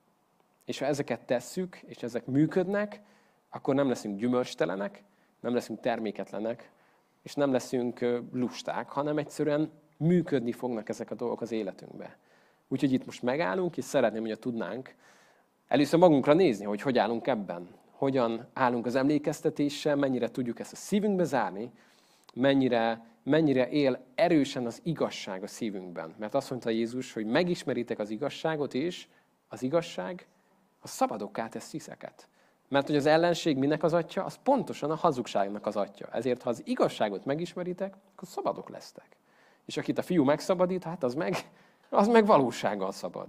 és ha ezeket tesszük, és ezek működnek, akkor nem leszünk gyümölcstelenek, nem leszünk terméketlenek, és nem leszünk lusták, hanem egyszerűen működni fognak ezek a dolgok az életünkbe. Úgyhogy itt most megállunk, és szeretném, hogyha tudnánk először magunkra nézni, hogy hogy állunk ebben. Hogyan állunk az emlékeztetéssel, mennyire tudjuk ezt a szívünkbe zárni, mennyire, mennyire él erősen az igazság a szívünkben. Mert azt mondta Jézus, hogy megismeritek az igazságot, és az igazság a szabadokká tesz tiszeket. Mert hogy az ellenség minek az atya? Az pontosan a hazugságnak az atya. Ezért, ha az igazságot megismeritek, akkor szabadok lesztek. És akit a fiú megszabadít, hát az meg, az meg valósággal szabad.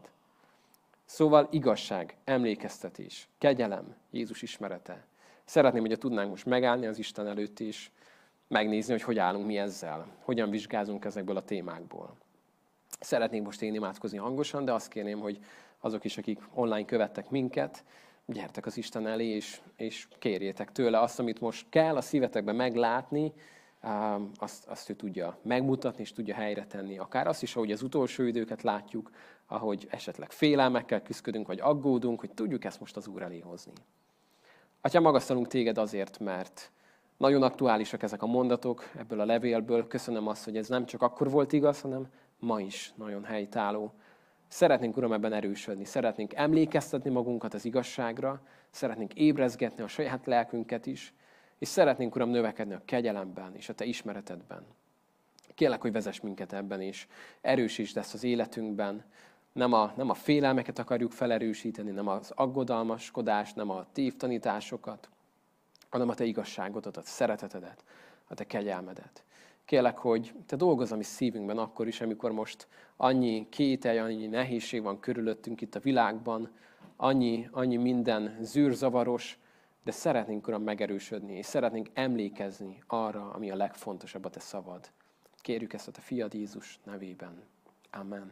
Szóval igazság, emlékeztetés, kegyelem, Jézus ismerete. Szeretném, hogyha tudnánk most megállni az Isten előtt is, megnézni, hogy hogy állunk mi ezzel, hogyan vizsgázunk ezekből a témákból. Szeretnék most én imádkozni hangosan, de azt kérném, hogy azok is, akik online követtek minket, gyertek az Isten elé, és, és kérjétek tőle azt, amit most kell a szívetekben meglátni, azt, azt ő tudja megmutatni, és tudja helyre tenni. Akár azt is, ahogy az utolsó időket látjuk, ahogy esetleg félelmekkel küzdködünk, vagy aggódunk, hogy tudjuk ezt most az Úr elé hozni. Atyám, magasztalunk téged azért, mert nagyon aktuálisak ezek a mondatok ebből a levélből. Köszönöm azt, hogy ez nem csak akkor volt igaz, hanem ma is nagyon helytálló. Szeretnénk, Uram, ebben erősödni, szeretnénk emlékeztetni magunkat az igazságra, szeretnénk ébrezgetni a saját lelkünket is, és szeretnénk, Uram, növekedni a kegyelemben és a Te ismeretedben. Kérlek, hogy vezess minket ebben is, erősítsd ezt az életünkben. Nem a, nem a félelmeket akarjuk felerősíteni, nem az aggodalmaskodást, nem a tévtanításokat, hanem a Te igazságodat, a szeretetedet, a Te kegyelmedet. Kérlek, hogy Te dolgozz a mi szívünkben akkor is, amikor most annyi kételj, annyi nehézség van körülöttünk itt a világban, annyi, annyi minden zűrzavaros, de szeretnénk, Uram, megerősödni, és szeretnénk emlékezni arra, ami a legfontosabb, a Te szavad. Kérjük ezt a Te fiad Jézus nevében. Amen.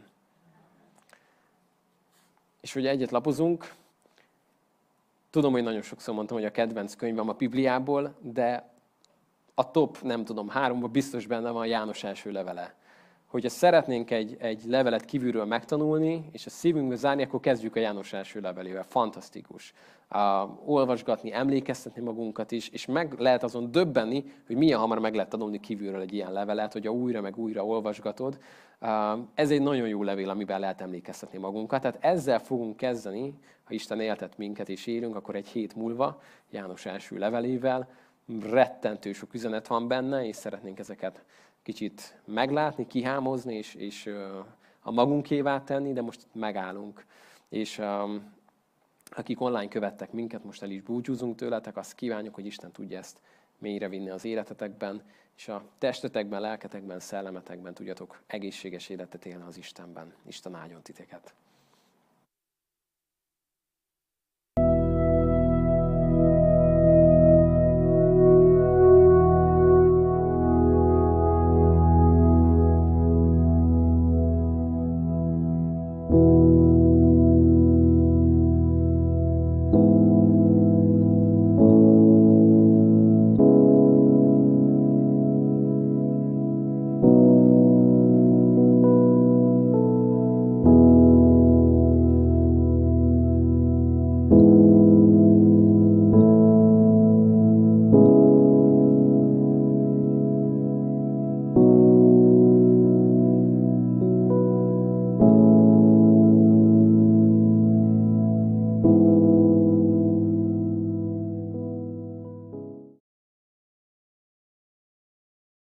És hogy egyet lapozunk, tudom, hogy nagyon sokszor mondtam, hogy a kedvenc könyvem a Bibliából, de a top, nem tudom, háromban biztos benne van a János első levele. Hogyha szeretnénk egy, egy levelet kívülről megtanulni, és a szívünkbe zárni, akkor kezdjük a János első levelével. Fantasztikus. Uh, olvasgatni, emlékeztetni magunkat is, és meg lehet azon döbbenni, hogy milyen hamar meg lehet tanulni kívülről egy ilyen levelet, hogyha újra meg újra olvasgatod. Uh, ez egy nagyon jó levél, amiben lehet emlékeztetni magunkat. Tehát ezzel fogunk kezdeni, ha Isten éltet minket és élünk, akkor egy hét múlva János első levelével. Rettentő sok üzenet van benne, és szeretnénk ezeket kicsit meglátni, kihámozni, és, és uh, a magunkévá tenni, de most megállunk. És um, akik online követtek minket, most el is búcsúzunk tőletek, azt kívánjuk, hogy Isten tudja ezt mélyre vinni az életetekben, és a testetekben, lelketekben, szellemetekben tudjatok egészséges életet élni az Istenben. Isten áldjon titeket!